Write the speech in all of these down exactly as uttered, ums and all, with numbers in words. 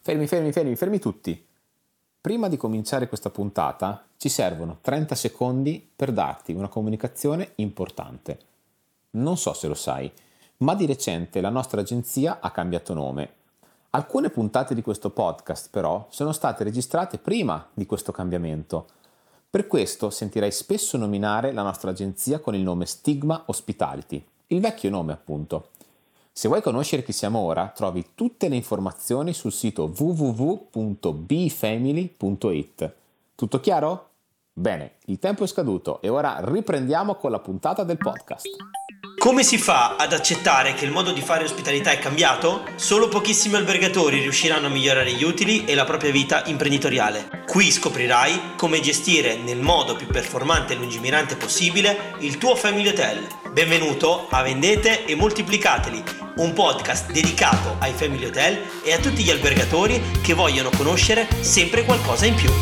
Fermi, fermi, fermi, fermi tutti. Prima di cominciare questa puntata ci servono trenta secondi per darti una comunicazione importante. Non so se lo sai, ma di recente la nostra agenzia ha cambiato nome. Alcune puntate di questo podcast però sono state registrate prima di questo cambiamento. Per questo sentirai spesso nominare la nostra agenzia con il nome Stigma Hospitality, il vecchio nome appunto. Se vuoi conoscere chi siamo ora, trovi tutte le informazioni sul sito w w w punto b family punto i t. Tutto chiaro? Bene, il tempo è scaduto e ora riprendiamo con la puntata del podcast. Come si fa ad accettare che il modo di fare ospitalità è cambiato? Solo pochissimi albergatori riusciranno a migliorare gli utili e la propria vita imprenditoriale. Qui scoprirai come gestire nel modo più performante e lungimirante possibile il tuo Family Hotel. Benvenuto a Vendete e Moltiplicateli, un podcast dedicato ai Family Hotel e a tutti gli albergatori che vogliono conoscere sempre qualcosa in più.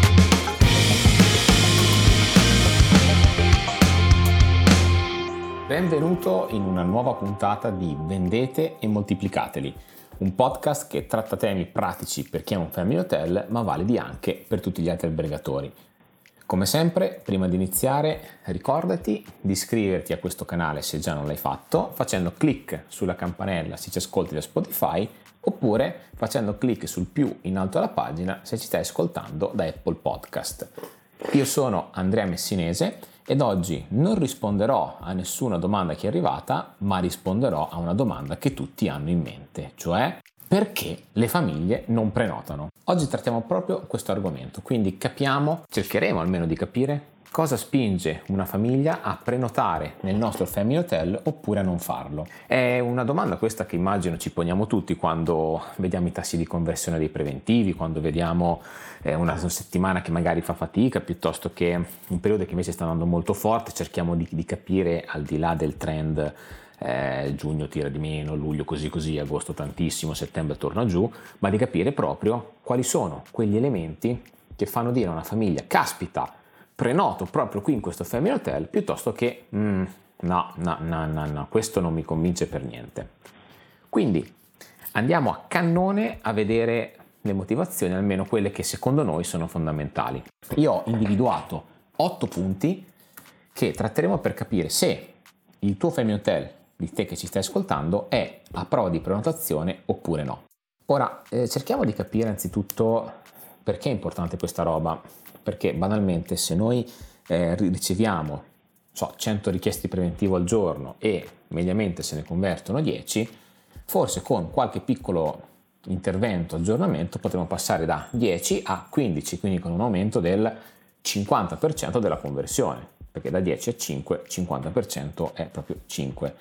Benvenuto in una nuova puntata di Vendete e Moltiplicateli, un podcast che tratta temi pratici per chi è un family hotel, ma validi anche per tutti gli altri albergatori. Come sempre, prima di iniziare, ricordati di iscriverti a questo canale se già non l'hai fatto, facendo clic sulla campanella se ci ascolti da Spotify, oppure facendo clic sul più in alto alla pagina se ci stai ascoltando da Apple Podcast. Io sono Andrea Messinese ed oggi non risponderò a nessuna domanda che è arrivata, ma risponderò a una domanda che tutti hanno in mente, cioè perché le famiglie non prenotano. Oggi trattiamo proprio questo argomento, quindi capiamo, cercheremo almeno di capire cosa spinge una famiglia a prenotare nel nostro family hotel oppure a non farlo. È una domanda questa che immagino ci poniamo tutti quando vediamo i tassi di conversione dei preventivi, quando vediamo eh, una settimana che magari fa fatica, piuttosto che un periodo che invece sta andando molto forte, cerchiamo di, di capire al di là del trend. Eh, giugno tira di meno, luglio così così, agosto tantissimo, settembre torna giù, ma di capire proprio quali sono quegli elementi che fanno dire a una famiglia caspita, prenoto proprio qui in questo family hotel, piuttosto che mm, no, no, no, no, no, questo non mi convince per niente. Quindi andiamo a cannone a vedere le motivazioni, almeno quelle che secondo noi sono fondamentali. Io ho individuato otto punti che tratteremo per capire se il tuo family hotel, di te che ci stai ascoltando, è a prova di prenotazione oppure no. Ora eh, cerchiamo di capire anzitutto perché è importante questa roba, perché banalmente se noi eh, riceviamo so, cento richieste di preventivo al giorno e mediamente se ne convertono dieci, forse con qualche piccolo intervento, aggiornamento, potremo passare da dieci a quindici, quindi con un aumento del cinquanta per cento della conversione, perché da dieci a cinque, cinquanta per cento è proprio cinque.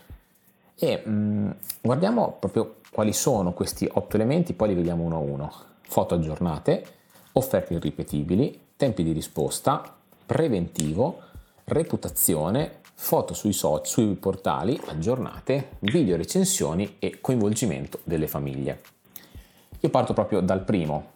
E mh, guardiamo proprio quali sono questi otto elementi, poi li vediamo uno a uno. Foto aggiornate, offerte irripetibili, tempi di risposta, preventivo, reputazione, foto sui social, sui portali aggiornate, video recensioni e coinvolgimento delle famiglie. Io parto proprio dal primo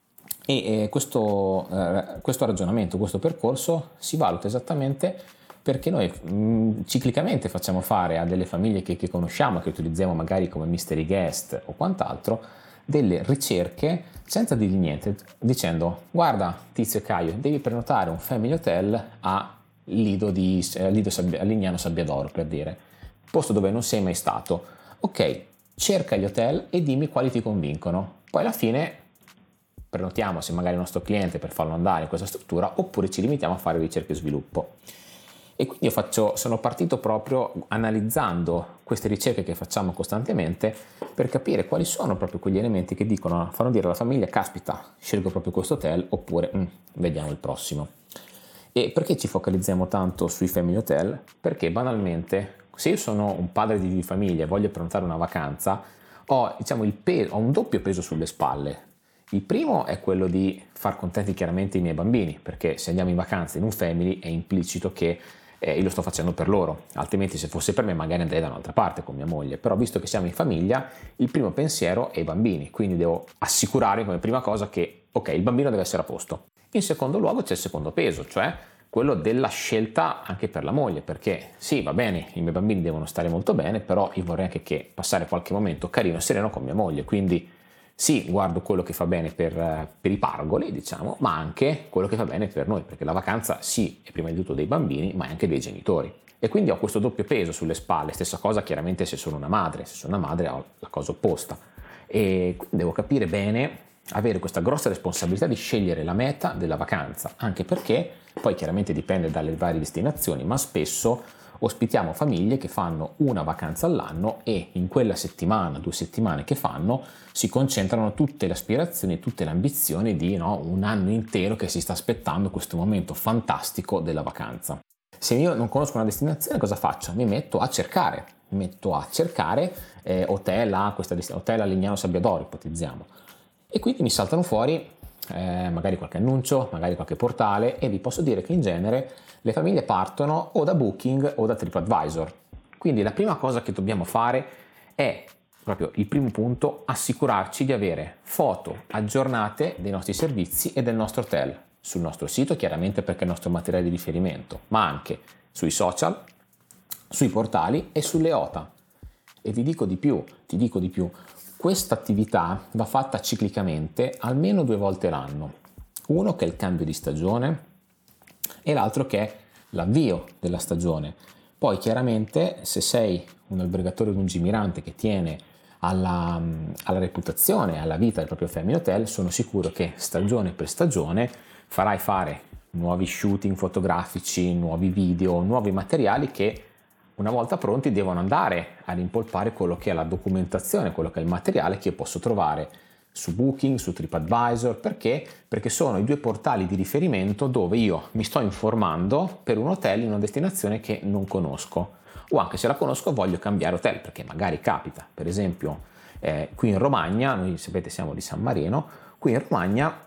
e eh, questo, eh, questo ragionamento, questo percorso si valuta esattamente perché noi mh, ciclicamente facciamo fare a delle famiglie che, che conosciamo, che utilizziamo magari come mystery guest o quant'altro, delle ricerche senza dirgli niente, dicendo guarda Tizio e Caio, devi prenotare un family hotel a Lido di eh, Lido Sabbia, a Lignano Sabbiadoro, per dire, posto dove non sei mai stato. Ok, cerca gli hotel e dimmi quali ti convincono. Poi alla fine prenotiamo se magari il nostro cliente per farlo andare in questa struttura oppure ci limitiamo a fare ricerca e sviluppo. E quindi io faccio, sono partito proprio analizzando queste ricerche che facciamo costantemente per capire quali sono proprio quegli elementi che dicono, fanno dire alla famiglia caspita, scelgo proprio questo hotel oppure mm, vediamo il prossimo. E perché ci focalizziamo tanto sui family hotel? Perché banalmente se io sono un padre di famiglia e voglio prenotare una vacanza ho, diciamo, il peso, ho un doppio peso sulle spalle. Il primo è quello di far contenti chiaramente i miei bambini, perché se andiamo in vacanza in un family è implicito che eh, io lo sto facendo per loro, altrimenti se fosse per me magari andrei da un'altra parte con mia moglie, però visto che siamo in famiglia il primo pensiero è i bambini, quindi devo assicurare come prima cosa che ok, il bambino deve essere a posto. In secondo luogo c'è il secondo peso, cioè quello della scelta anche per la moglie, perché sì, va bene, i miei bambini devono stare molto bene, però io vorrei anche che passare qualche momento carino e sereno con mia moglie, quindi Sì, guardo quello che fa bene per, per i pargoli, diciamo, ma anche quello che fa bene per noi, perché la vacanza sì, è prima di tutto dei bambini, ma è anche dei genitori. E quindi ho questo doppio peso sulle spalle, stessa cosa chiaramente se sono una madre, se sono una madre ho la cosa opposta. E quindi devo capire bene, avere questa grossa responsabilità di scegliere la meta della vacanza, anche perché poi chiaramente dipende dalle varie destinazioni, ma spesso ospitiamo famiglie che fanno una vacanza all'anno e in quella settimana, due settimane che fanno, si concentrano tutte le aspirazioni, tutte le ambizioni di no, un anno intero che si sta aspettando questo momento fantastico della vacanza. Se io non conosco una destinazione, cosa faccio? Mi metto a cercare, mi metto a cercare eh, hotel a questa dest- hotel a Lignano Sabbiadoro, ipotizziamo, e quindi mi saltano fuori eh, magari qualche annuncio, magari qualche portale, e vi posso dire che in genere le famiglie partono o da Booking o da TripAdvisor. Quindi la prima cosa che dobbiamo fare è, proprio il primo punto, assicurarci di avere foto aggiornate dei nostri servizi e del nostro hotel, sul nostro sito chiaramente perché è il nostro materiale di riferimento, ma anche sui social, sui portali e sulle O T A. E vi dico di più, ti dico di più, questa attività va fatta ciclicamente almeno due volte l'anno. Uno che è il cambio di stagione e l'altro che è l'avvio della stagione. Poi chiaramente se sei un albergatore lungimirante che tiene alla, alla reputazione, alla vita del proprio Family Hotel, sono sicuro che stagione per stagione farai fare nuovi shooting fotografici, nuovi video, nuovi materiali che una volta pronti devono andare a rimpolpare quello che è la documentazione, quello che è il materiale che io posso trovare su Booking, su TripAdvisor. Perché? Perché sono i due portali di riferimento dove io mi sto informando per un hotel in una destinazione che non conosco, o anche se la conosco voglio cambiare hotel, perché magari capita, per esempio eh, qui in Romagna, noi sapete siamo di San Marino, qui in Romagna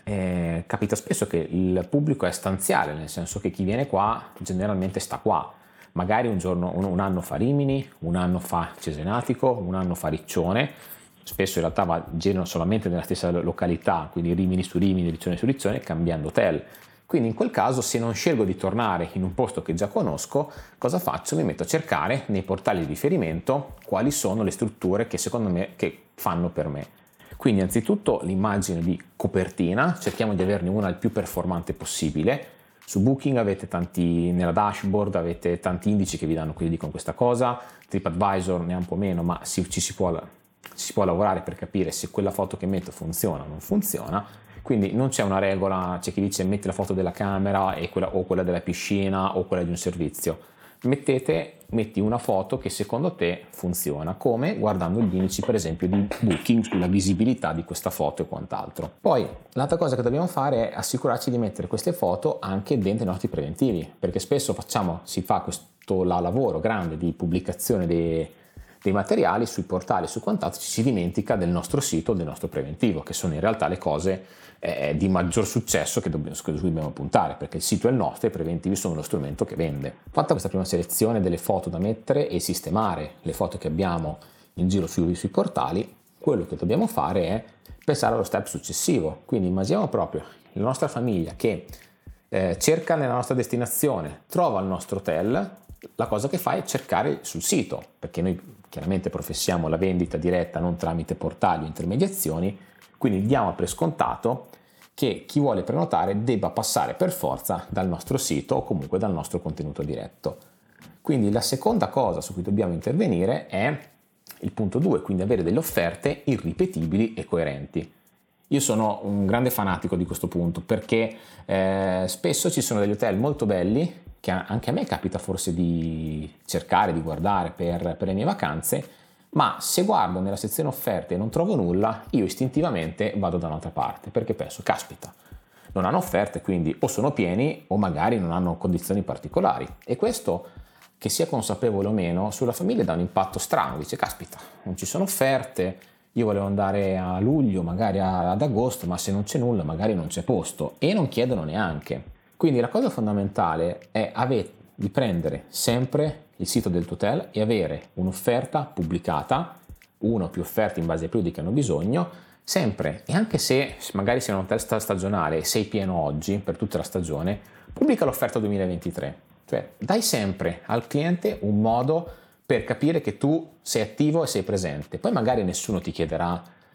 eh, capita spesso che il pubblico è stanziale, nel senso che chi viene qua generalmente sta qua. Magari un giorno, un, un anno fa Rimini, un anno fa Cesenatico, un anno fa Riccione, spesso in realtà va, girano solamente nella stessa località, quindi Rimini su Rimini, Riccione su Riccione, cambiando hotel. Quindi in quel caso, se non scelgo di tornare in un posto che già conosco, cosa faccio? Mi metto a cercare nei portali di riferimento quali sono le strutture che secondo me che fanno per me. Quindi anzitutto l'immagine di copertina, cerchiamo di averne una il più performante possibile. Su Booking avete tanti, nella dashboard avete tanti indici che vi danno, quindi dicono questa cosa. TripAdvisor ne ha un po' meno, ma si, ci si può, si può lavorare per capire se quella foto che metto funziona o non funziona. Quindi non c'è una regola, c'è chi dice metti la foto della camera e quella, o quella della piscina o quella di un servizio. Mettete, metti una foto che secondo te funziona, come guardando gli indici per esempio di Booking sulla visibilità di questa foto e quant'altro. Poi l'altra cosa che dobbiamo fare è assicurarci di mettere queste foto anche dentro i nostri preventivi, perché spesso facciamo, si fa questo la lavoro grande di pubblicazione dei, dei materiali sui portali e su quant'altro, ci si dimentica del nostro sito, del nostro preventivo, che sono in realtà le cose eh, di maggior successo che dobbiamo, su cui dobbiamo puntare, perché il sito è il nostro e i preventivi sono lo strumento che vende. Fatta questa prima selezione delle foto da mettere e sistemare le foto che abbiamo in giro sui, sui portali, quello che dobbiamo fare è pensare allo step successivo. Quindi immaginiamo proprio la nostra famiglia che eh, cerca nella nostra destinazione, trova il nostro hotel, la cosa che fa è cercare sul sito, perché noi chiaramente professiamo la vendita diretta non tramite portali o intermediazioni, quindi diamo per scontato che chi vuole prenotare debba passare per forza dal nostro sito o comunque dal nostro contenuto diretto. Quindi la seconda cosa su cui dobbiamo intervenire è il punto due, quindi avere delle offerte irripetibili e coerenti. Io sono un grande fanatico di questo punto perché eh, spesso ci sono degli hotel molto belli che anche a me capita forse di cercare, di guardare per, per le mie vacanze, ma se guardo nella sezione offerte e non trovo nulla, io istintivamente vado da un'altra parte, perché penso, caspita, non hanno offerte, quindi o sono pieni o magari non hanno condizioni particolari. E questo, che sia consapevole o meno, sulla famiglia dà un impatto strano, dice, caspita, non ci sono offerte, io volevo andare a luglio, magari ad agosto, ma se non c'è nulla, magari non c'è posto, e non chiedono neanche. Quindi la cosa fondamentale è avere, di prendere sempre il sito del tuo hotel e avere un'offerta pubblicata, una o più offerte in base ai periodi che hanno bisogno, sempre. E anche se magari sei un hotel stagionale e sei pieno oggi per tutta la stagione, pubblica l'offerta duemilaventitré. Cioè dai sempre al cliente un modo per capire che tu sei attivo e sei presente. Poi magari nessuno ti chiederà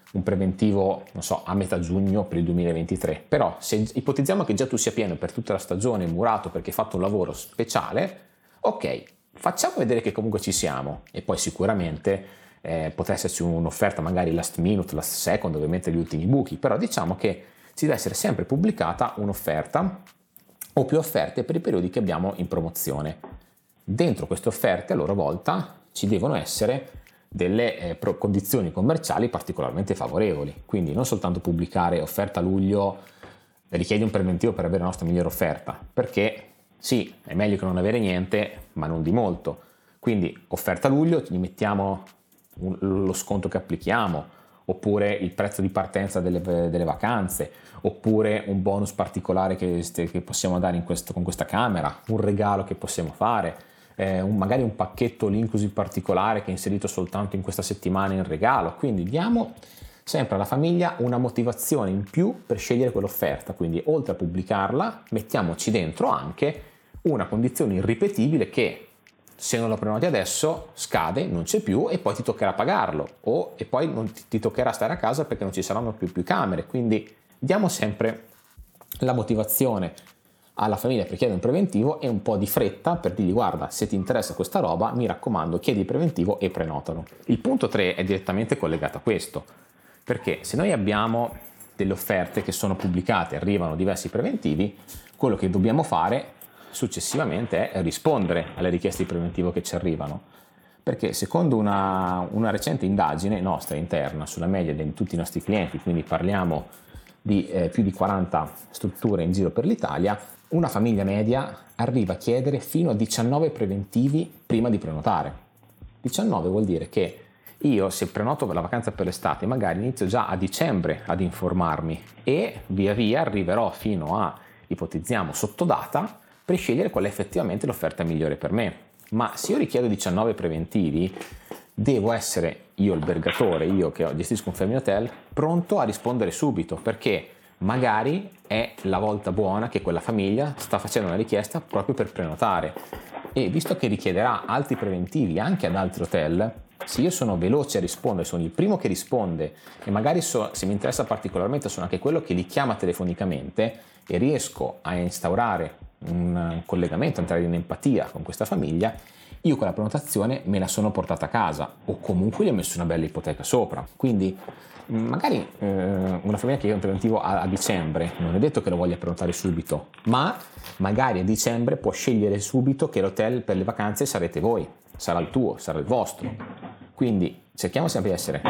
un preventivo, non so, a metà giugno per il duemilaventitré, però se ipotizziamo che già tu sia pieno per tutta la stagione, murato perché hai fatto un lavoro speciale, ok, facciamo vedere che comunque ci siamo e poi sicuramente eh, potrà esserci un'offerta magari last minute, last second, ovviamente gli ultimi buchi, però diciamo che ci deve essere sempre pubblicata un'offerta o più offerte per i periodi che abbiamo in promozione. Dentro queste offerte a loro volta ci devono essere delle eh, pro- condizioni commerciali particolarmente favorevoli, quindi non soltanto pubblicare offerta a luglio richiede un preventivo per avere la nostra migliore offerta, perché sì, è meglio che non avere niente, ma non di molto. Quindi offerta a luglio, gli mettiamo un, lo sconto che applichiamo, oppure il prezzo di partenza delle, delle vacanze, oppure un bonus particolare che, che possiamo dare in questo, con questa camera, un regalo che possiamo fare, eh, un, magari un pacchetto l'inclusive particolare che è inserito soltanto in questa settimana in regalo. Quindi diamo sempre alla famiglia una motivazione in più per scegliere quell'offerta, quindi oltre a pubblicarla mettiamoci dentro anche una condizione irripetibile che se non lo prenoti adesso scade, non c'è più e poi ti toccherà pagarlo o e poi non ti, ti toccherà stare a casa perché non ci saranno più, più camere. Quindi diamo sempre la motivazione alla famiglia per chiedere un preventivo e un po' di fretta per dirgli guarda, se ti interessa questa roba mi raccomando chiedi il preventivo e prenotalo. Il punto tre è direttamente collegato a questo, perché se noi abbiamo delle offerte che sono pubblicate, arrivano diversi preventivi, quello che dobbiamo fare successivamente è rispondere alle richieste di preventivo che ci arrivano, perché secondo una, una recente indagine nostra interna sulla media di tutti i nostri clienti, quindi parliamo di eh, più di quaranta strutture in giro per l'Italia, una famiglia media arriva a chiedere fino a diciannove preventivi prima di prenotare. diciannove vuol dire che io se prenoto per la vacanza per l'estate magari inizio già a dicembre ad informarmi e via via arriverò fino a, ipotizziamo, sottodata per scegliere qual è effettivamente l'offerta migliore per me. Ma se io richiedo diciannove preventivi devo essere io albergatore, io che gestisco un family hotel, pronto a rispondere subito, perché magari è la volta buona che quella famiglia sta facendo una richiesta proprio per prenotare e visto che richiederà altri preventivi anche ad altri hotel, se io sono veloce a rispondere, sono il primo che risponde e magari so, se mi interessa particolarmente sono anche quello che li chiama telefonicamente e riesco a instaurare un collegamento, entrare in empatia con questa famiglia, io quella prenotazione me la sono portata a casa o comunque gli ho messo una bella ipoteca sopra. Quindi magari eh, una famiglia che chiede un preventivo a, a dicembre non è detto che lo voglia prenotare subito, ma magari a dicembre può scegliere subito che l'hotel per le vacanze sarete voi, sarà il tuo, sarà il vostro. Quindi cerchiamo sempre di essere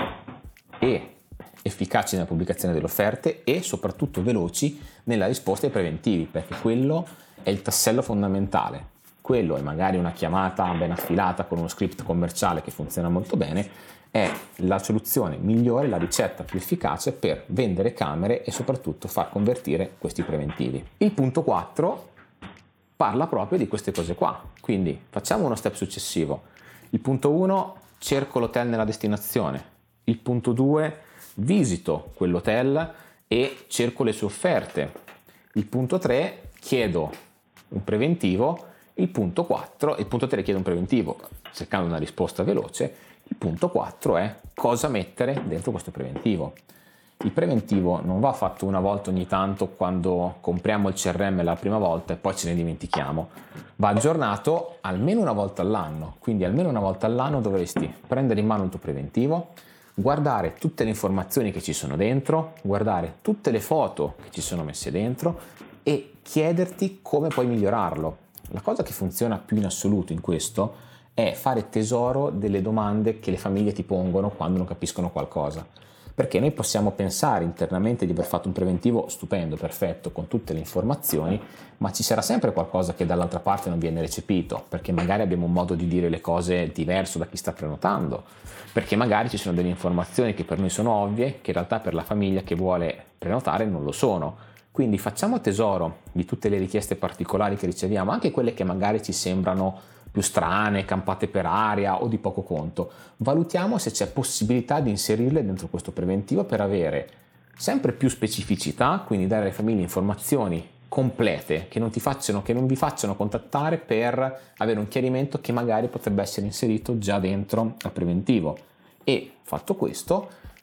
e efficaci nella pubblicazione delle offerte e soprattutto veloci nella risposta ai preventivi, perché quello è il tassello fondamentale. Quello è magari una chiamata ben affilata con uno script commerciale che funziona molto bene, è la soluzione migliore, la ricetta più efficace per vendere camere e soprattutto far convertire questi preventivi. Il punto quattro parla proprio di queste cose qua, quindi facciamo uno step successivo. Il punto uno, cerco l'hotel nella destinazione. Il punto due, visito quell'hotel e cerco le sue offerte. Il punto tre, chiedo un preventivo. Il punto quattro, il punto tre chiede un preventivo cercando una risposta veloce. Il punto quattro è cosa mettere dentro questo preventivo. Il preventivo non va fatto una volta ogni tanto quando compriamo il C R M la prima volta e poi ce ne dimentichiamo. Va aggiornato almeno una volta all'anno, quindi almeno una volta all'anno dovresti prendere in mano il tuo preventivo, guardare tutte le informazioni che ci sono dentro, guardare tutte le foto che ci sono messe dentro e chiederti come puoi migliorarlo. La cosa che funziona più in assoluto in questo è fare tesoro delle domande che le famiglie ti pongono quando non capiscono qualcosa. Perché noi possiamo pensare internamente di aver fatto un preventivo stupendo, perfetto, con tutte le informazioni, ma ci sarà sempre qualcosa che dall'altra parte non viene recepito, perché magari abbiamo un modo di dire le cose diverso da chi sta prenotando, perché magari ci sono delle informazioni che per noi sono ovvie, che in realtà per la famiglia che vuole prenotare non lo sono. Quindi facciamo tesoro di tutte le richieste particolari che riceviamo, anche quelle che magari ci sembrano più strane, campate per aria o di poco conto. Valutiamo se c'è possibilità di inserirle dentro questo preventivo per avere sempre più specificità, quindi dare alle famiglie informazioni complete che non ti facciano, che non vi facciano contattare per avere un chiarimento che magari potrebbe essere inserito già dentro al preventivo. E fatto questo,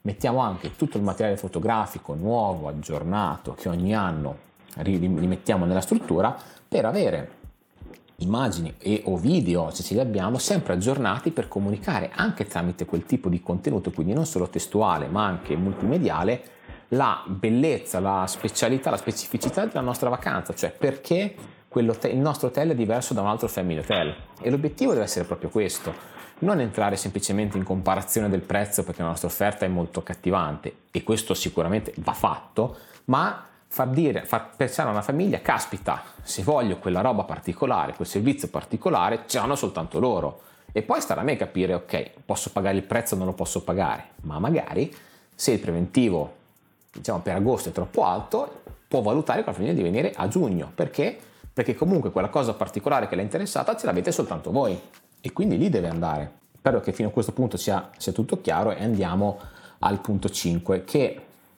mettiamo anche tutto il materiale fotografico nuovo, aggiornato, che ogni anno rimettiamo nella struttura, per avere immagini e o video, se ce li abbiamo, sempre aggiornati per comunicare anche tramite quel tipo di contenuto, quindi non solo testuale ma anche multimediale, la bellezza, la specialità, la specificità della nostra vacanza, cioè perché il nostro hotel è diverso da un altro family hotel. E l'obiettivo deve essere proprio questo, non entrare semplicemente in comparazione del prezzo perché la nostra offerta è molto accattivante, e questo sicuramente va fatto, ma far dire, far pensare a una famiglia, caspita, se voglio quella roba particolare, quel servizio particolare, ce l'hanno soltanto loro. E poi starà a me capire, ok, posso pagare il prezzo o non lo posso pagare, ma magari se il preventivo, diciamo per agosto, è troppo alto, può valutare con la famiglia di venire a giugno. Perché? Perché comunque quella cosa particolare che l'è interessata ce l'avete soltanto voi, e quindi lì deve andare. Spero che fino a questo punto sia, sia tutto chiaro, e andiamo al punto cinque, che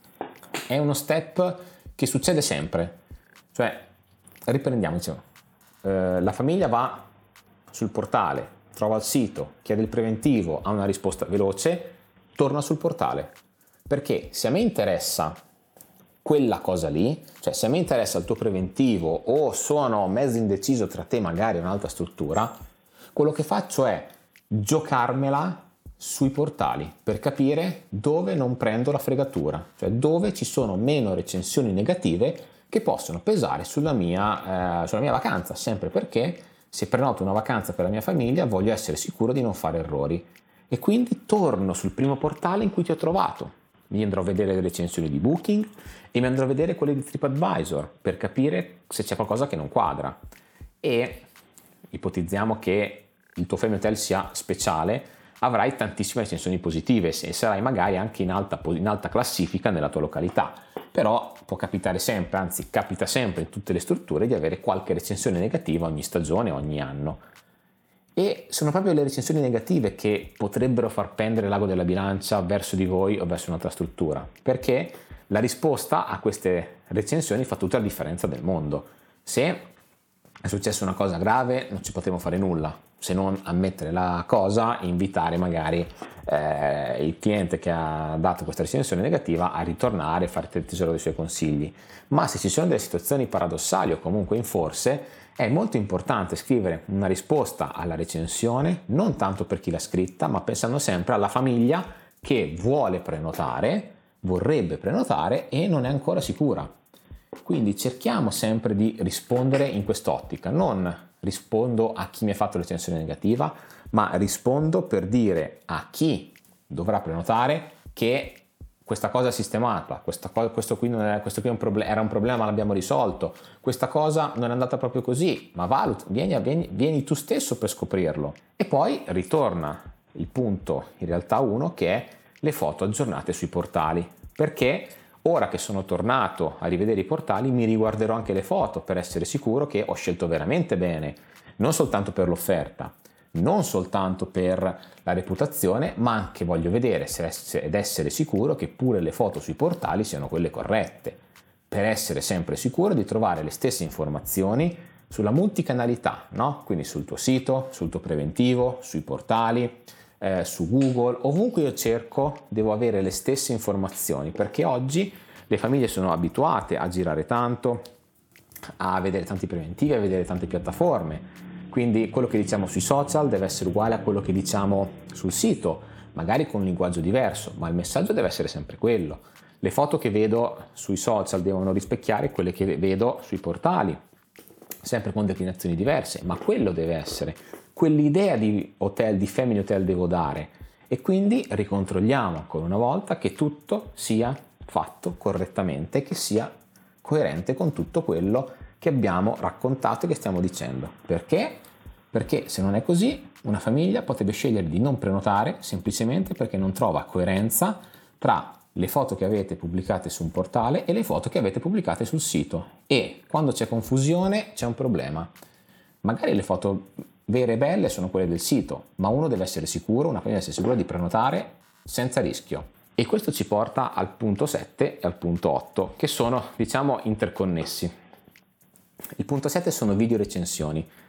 è uno step che succede sempre. Cioè, riprendiamo, diciamo, eh, la famiglia va sul portale, trova il sito, chiede il preventivo, ha una risposta veloce, torna sul portale. Perché se a me interessa quella cosa lì, cioè se a me interessa il tuo preventivo o sono mezzo indeciso tra te magari e un'altra struttura, quello che faccio è giocarmela sui portali per capire dove non prendo la fregatura, cioè dove ci sono meno recensioni negative che possono pesare sulla mia, eh, sulla mia vacanza, sempre perché se prenoto una vacanza per la mia famiglia voglio essere sicuro di non fare errori, e quindi torno sul primo portale in cui ti ho trovato. Mi andrò a vedere le recensioni di Booking e mi andrò a vedere quelle di TripAdvisor per capire se c'è qualcosa che non quadra. E ipotizziamo che il tuo family hotel sia speciale, avrai tantissime recensioni positive e sarai magari anche in alta, in alta classifica nella tua località. Però può capitare sempre, anzi capita sempre in tutte le strutture, di avere qualche recensione negativa ogni stagione, ogni anno. E sono proprio le recensioni negative che potrebbero far pendere l'ago della bilancia verso di voi o verso un'altra struttura, perché la risposta a queste recensioni fa tutta la differenza del mondo. Se è successa una cosa grave non ci potremo fare nulla, se non ammettere la cosa e invitare magari eh, il cliente che ha dato questa recensione negativa a ritornare e fare tesoro dei suoi consigli. Ma se ci sono delle situazioni paradossali o comunque inforse, è molto importante scrivere una risposta alla recensione, non tanto per chi l'ha scritta, ma pensando sempre alla famiglia che vuole prenotare, vorrebbe prenotare e non è ancora sicura. Quindi cerchiamo sempre di rispondere in quest'ottica, non rispondo a chi mi ha fatto recensione negativa, ma rispondo per dire a chi dovrà prenotare che questa cosa è sistemata, questa cosa, questo qui, non è, questo qui è un proble- era un problema ma l'abbiamo risolto, questa cosa non è andata proprio così, ma valuta, vieni, vieni, vieni tu stesso per scoprirlo. E poi ritorna il punto in realtà uno, che è le foto aggiornate sui portali, perché ora che sono tornato a rivedere i portali mi riguarderò anche le foto per essere sicuro che ho scelto veramente bene, non soltanto per l'offerta, non soltanto per la reputazione, ma anche voglio vedere se ed essere sicuro che pure le foto sui portali siano quelle corrette, per essere sempre sicuro di trovare le stesse informazioni sulla multicanalità, no? Quindi sul tuo sito, sul tuo preventivo, sui portali, eh, su Google, ovunque io cerco devo avere le stesse informazioni, perché oggi le famiglie sono abituate a girare tanto, a vedere tanti preventivi, a vedere tante piattaforme. Quindi quello che diciamo sui social deve essere uguale a quello che diciamo sul sito, magari con un linguaggio diverso, ma il messaggio deve essere sempre quello. Le foto che vedo sui social devono rispecchiare quelle che vedo sui portali, sempre con declinazioni diverse, ma quello deve essere, quell'idea di hotel, di family hotel devo dare. E quindi ricontrolliamo ancora una volta che tutto sia fatto correttamente, che sia coerente con tutto quello che abbiamo raccontato e che stiamo dicendo. Perché? Perché se non è così, una famiglia potrebbe scegliere di non prenotare semplicemente perché non trova coerenza tra le foto che avete pubblicate su un portale e le foto che avete pubblicate sul sito. E quando c'è confusione c'è un problema. Magari le foto vere e belle sono quelle del sito, ma uno deve essere sicuro, una famiglia deve essere sicura di prenotare senza rischio. E questo ci porta al punto sette e al punto otto, che sono, diciamo, interconnessi. Il punto sette sono video recensioni.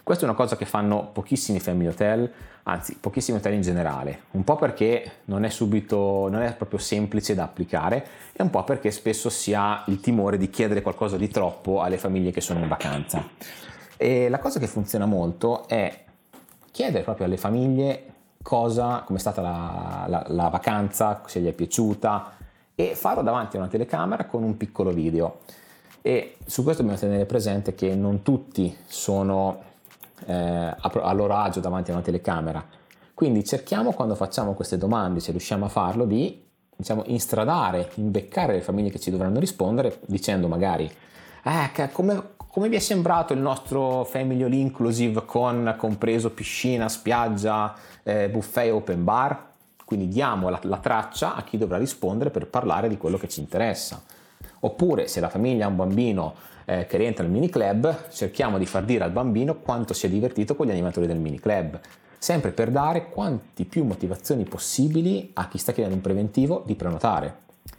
Questa è una cosa che fanno pochissimi family hotel, anzi pochissimi hotel in generale, un po' perché non è subito, non è proprio semplice da applicare e un po' perché spesso si ha il timore di chiedere qualcosa di troppo alle famiglie che sono in vacanza. E la cosa che funziona molto è chiedere proprio alle famiglie cosa, come è stata la, la, la vacanza, se gli è piaciuta, e farlo davanti a una telecamera con un piccolo video. E su questo dobbiamo tenere presente che non tutti sono eh, a, a loro agio davanti a una telecamera, quindi cerchiamo, quando facciamo queste domande, se riusciamo a farlo, di diciamo instradare, imbeccare le famiglie che ci dovranno rispondere dicendo magari eh, come, come vi è sembrato il nostro family all inclusive con compreso piscina, spiaggia, eh, buffet open bar. Quindi diamo la, la traccia a chi dovrà rispondere per parlare di quello che ci interessa. Oppure, se la famiglia ha un bambino eh, che rientra nel mini club, cerchiamo di far dire al bambino quanto si è divertito con gli animatori del mini club, sempre per dare quanti più motivazioni possibili a chi sta chiedendo un preventivo di prenotare.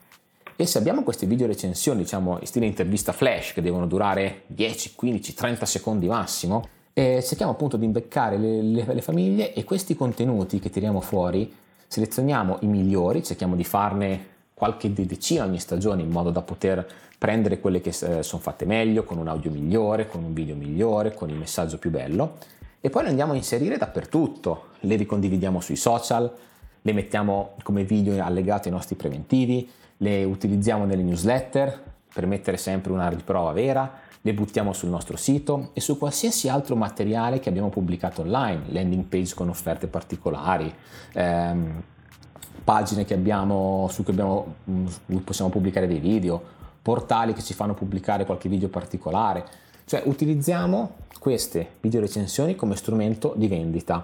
E se abbiamo queste video recensioni, diciamo in stile intervista flash, che devono durare dieci, quindici, trenta secondi massimo, eh, cerchiamo appunto di imbeccare le, le, le famiglie, e questi contenuti che tiriamo fuori selezioniamo i migliori, cerchiamo di farne qualche decina ogni stagione in modo da poter prendere quelle che eh, sono fatte meglio, con un audio migliore, con un video migliore, con il messaggio più bello, e poi le andiamo a inserire dappertutto. Le ricondividiamo sui social, le mettiamo come video allegate ai nostri preventivi, le utilizziamo nelle newsletter per mettere sempre una riprova vera, le buttiamo sul nostro sito e su qualsiasi altro materiale che abbiamo pubblicato online, landing page con offerte particolari, ehm, pagine che abbiamo, su cui, abbiamo, su cui possiamo pubblicare dei video, portali che ci fanno pubblicare qualche video particolare. Cioè utilizziamo queste video recensioni come strumento di vendita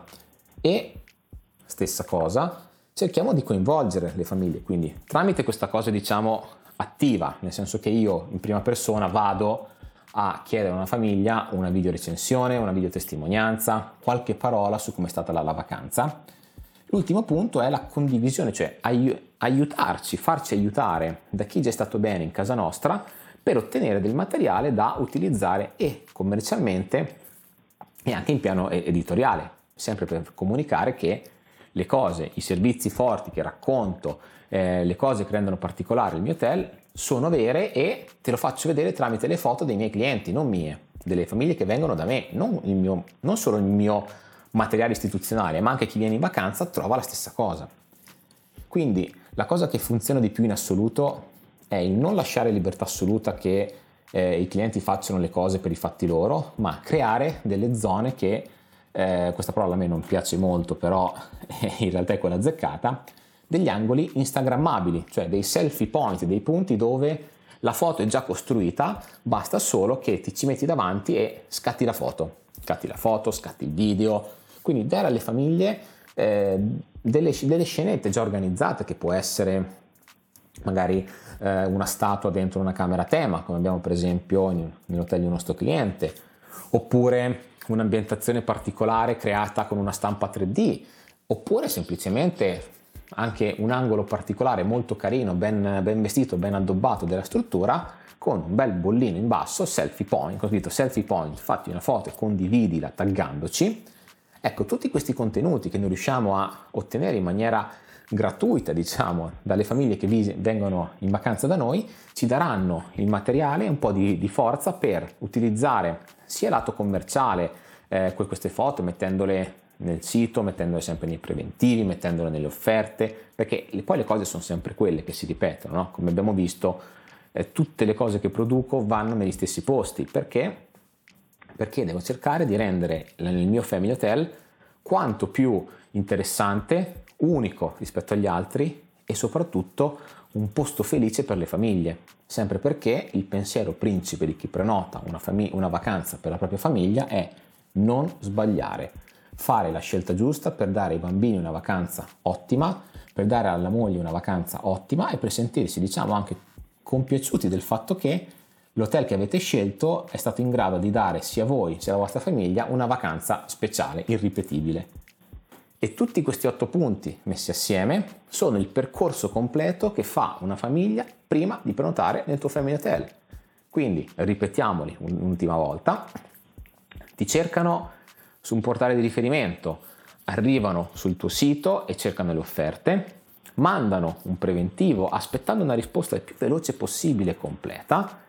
e, stessa cosa, cerchiamo di coinvolgere le famiglie, quindi tramite questa cosa diciamo attiva, nel senso che io in prima persona vado a chiedere a una famiglia una video recensione, una video testimonianza, qualche parola su come è stata la, la vacanza. L'ultimo punto è la condivisione, cioè aiutarci, farci aiutare da chi già è stato bene in casa nostra per ottenere del materiale da utilizzare e commercialmente e anche in piano editoriale, sempre per comunicare che le cose, i servizi forti che racconto, eh, le cose che rendono particolare il mio hotel sono vere e te lo faccio vedere tramite le foto dei miei clienti, non mie, delle famiglie che vengono da me, non, il mio, non solo il mio materiale istituzionale, ma anche chi viene in vacanza trova la stessa cosa. Quindi la cosa che funziona di più in assoluto è il non lasciare libertà assoluta che eh, i clienti facciano le cose per i fatti loro, ma creare delle zone che, eh, questa parola a me non piace molto, però in realtà è quella azzeccata, degli angoli instagrammabili, cioè dei selfie point, dei punti dove la foto è già costruita, basta solo che ti ci metti davanti e scatti la foto, scatti la foto, scatti il video, quindi dare alle famiglie eh, delle, delle scenette già organizzate, che può essere magari eh, una statua dentro una camera a tema, come abbiamo per esempio in, nell'hotel di un nostro cliente, oppure un'ambientazione particolare creata con una stampa tre D, oppure semplicemente anche un angolo particolare molto carino, ben, ben vestito, ben addobbato della struttura, con un bel bollino in basso, selfie point, ho scritto selfie point, fatti una foto e condividila taggandoci. Ecco, tutti questi contenuti che noi riusciamo a ottenere in maniera gratuita, diciamo, dalle famiglie che vengono in vacanza da noi, ci daranno il materiale e un po' di, di forza per utilizzare sia lato commerciale, eh, queste foto, mettendole nel sito, mettendole sempre nei preventivi, mettendole nelle offerte, perché poi le cose sono sempre quelle che si ripetono, no? Come abbiamo visto, eh, tutte le cose che produco vanno negli stessi posti. Perché? Perché devo cercare di rendere il mio family hotel quanto più interessante, unico rispetto agli altri e soprattutto un posto felice per le famiglie, sempre perché il pensiero principe di chi prenota una, famig- una vacanza per la propria famiglia è non sbagliare, fare la scelta giusta per dare ai bambini una vacanza ottima, per dare alla moglie una vacanza ottima e per sentirsi, diciamo, anche compiaciuti del fatto che l'hotel che avete scelto è stato in grado di dare sia a voi sia alla vostra famiglia una vacanza speciale, irripetibile. E tutti questi otto punti messi assieme sono il percorso completo che fa una famiglia prima di prenotare nel tuo family hotel. Quindi ripetiamoli un'ultima volta: ti cercano su un portale di riferimento, arrivano sul tuo sito e cercano le offerte, mandano un preventivo aspettando una risposta il più veloce possibile e completa.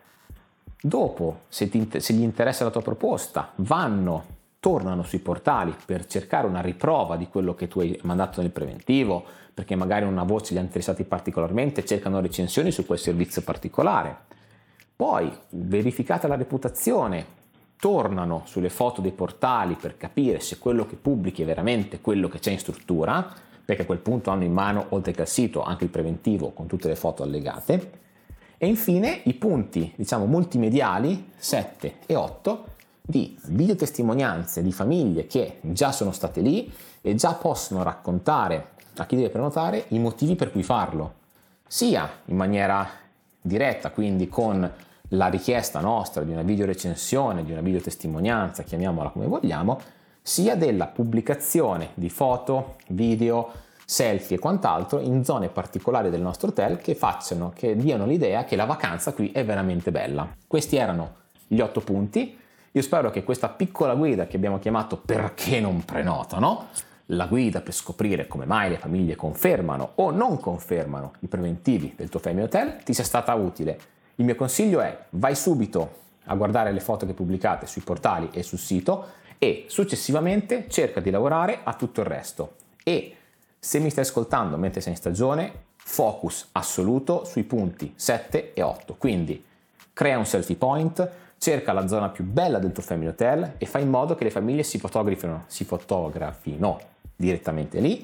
Dopo, se, ti, se gli interessa la tua proposta, vanno, tornano sui portali per cercare una riprova di quello che tu hai mandato nel preventivo, perché magari una voce li ha interessati particolarmente, cercano recensioni su quel servizio particolare. Poi, verificata la reputazione, tornano sulle foto dei portali per capire se quello che pubblichi è veramente quello che c'è in struttura, perché a quel punto hanno in mano, oltre che al sito, anche il preventivo con tutte le foto allegate. E infine i punti, diciamo, multimediali sette e otto di videotestimonianze di famiglie che già sono state lì e già possono raccontare a chi deve prenotare i motivi per cui farlo, sia in maniera diretta, quindi con la richiesta nostra di una videorecensione, di una videotestimonianza, chiamiamola come vogliamo, sia della pubblicazione di foto, video, selfie e quant'altro in zone particolari del nostro hotel che facciano, che diano l'idea che la vacanza qui è veramente bella. Questi erano gli otto punti. Io spero che questa piccola guida che abbiamo chiamato Perché non prenotano, la guida per scoprire come mai le famiglie confermano o non confermano i preventivi del tuo Family Hotel, ti sia stata utile. Il mio consiglio è: vai subito a guardare le foto che pubblicate sui portali e sul sito e successivamente cerca di lavorare a tutto il resto. E se mi stai ascoltando mentre sei in stagione, focus assoluto sui punti sette e otto. Quindi crea un selfie point, cerca la zona più bella del tuo Family Hotel e fai in modo che le famiglie si fotografino, si fotografino direttamente lì,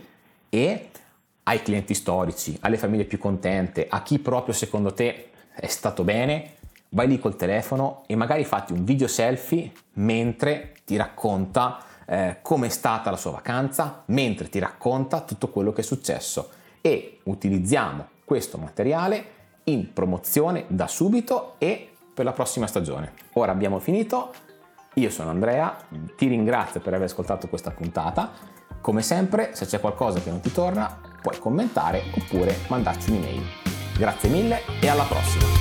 e ai clienti storici, alle famiglie più contente, a chi proprio secondo te è stato bene, vai lì col telefono e magari fatti un video selfie mentre ti racconta eh, come è stata la sua vacanza, mentre ti racconta tutto quello che è successo, e utilizziamo questo materiale in promozione da subito e per la prossima stagione. Ora abbiamo finito, io sono Andrea, ti ringrazio per aver ascoltato questa puntata. Come sempre, se c'è qualcosa che non ti torna, puoi commentare oppure mandarci un'email. Grazie mille e alla prossima!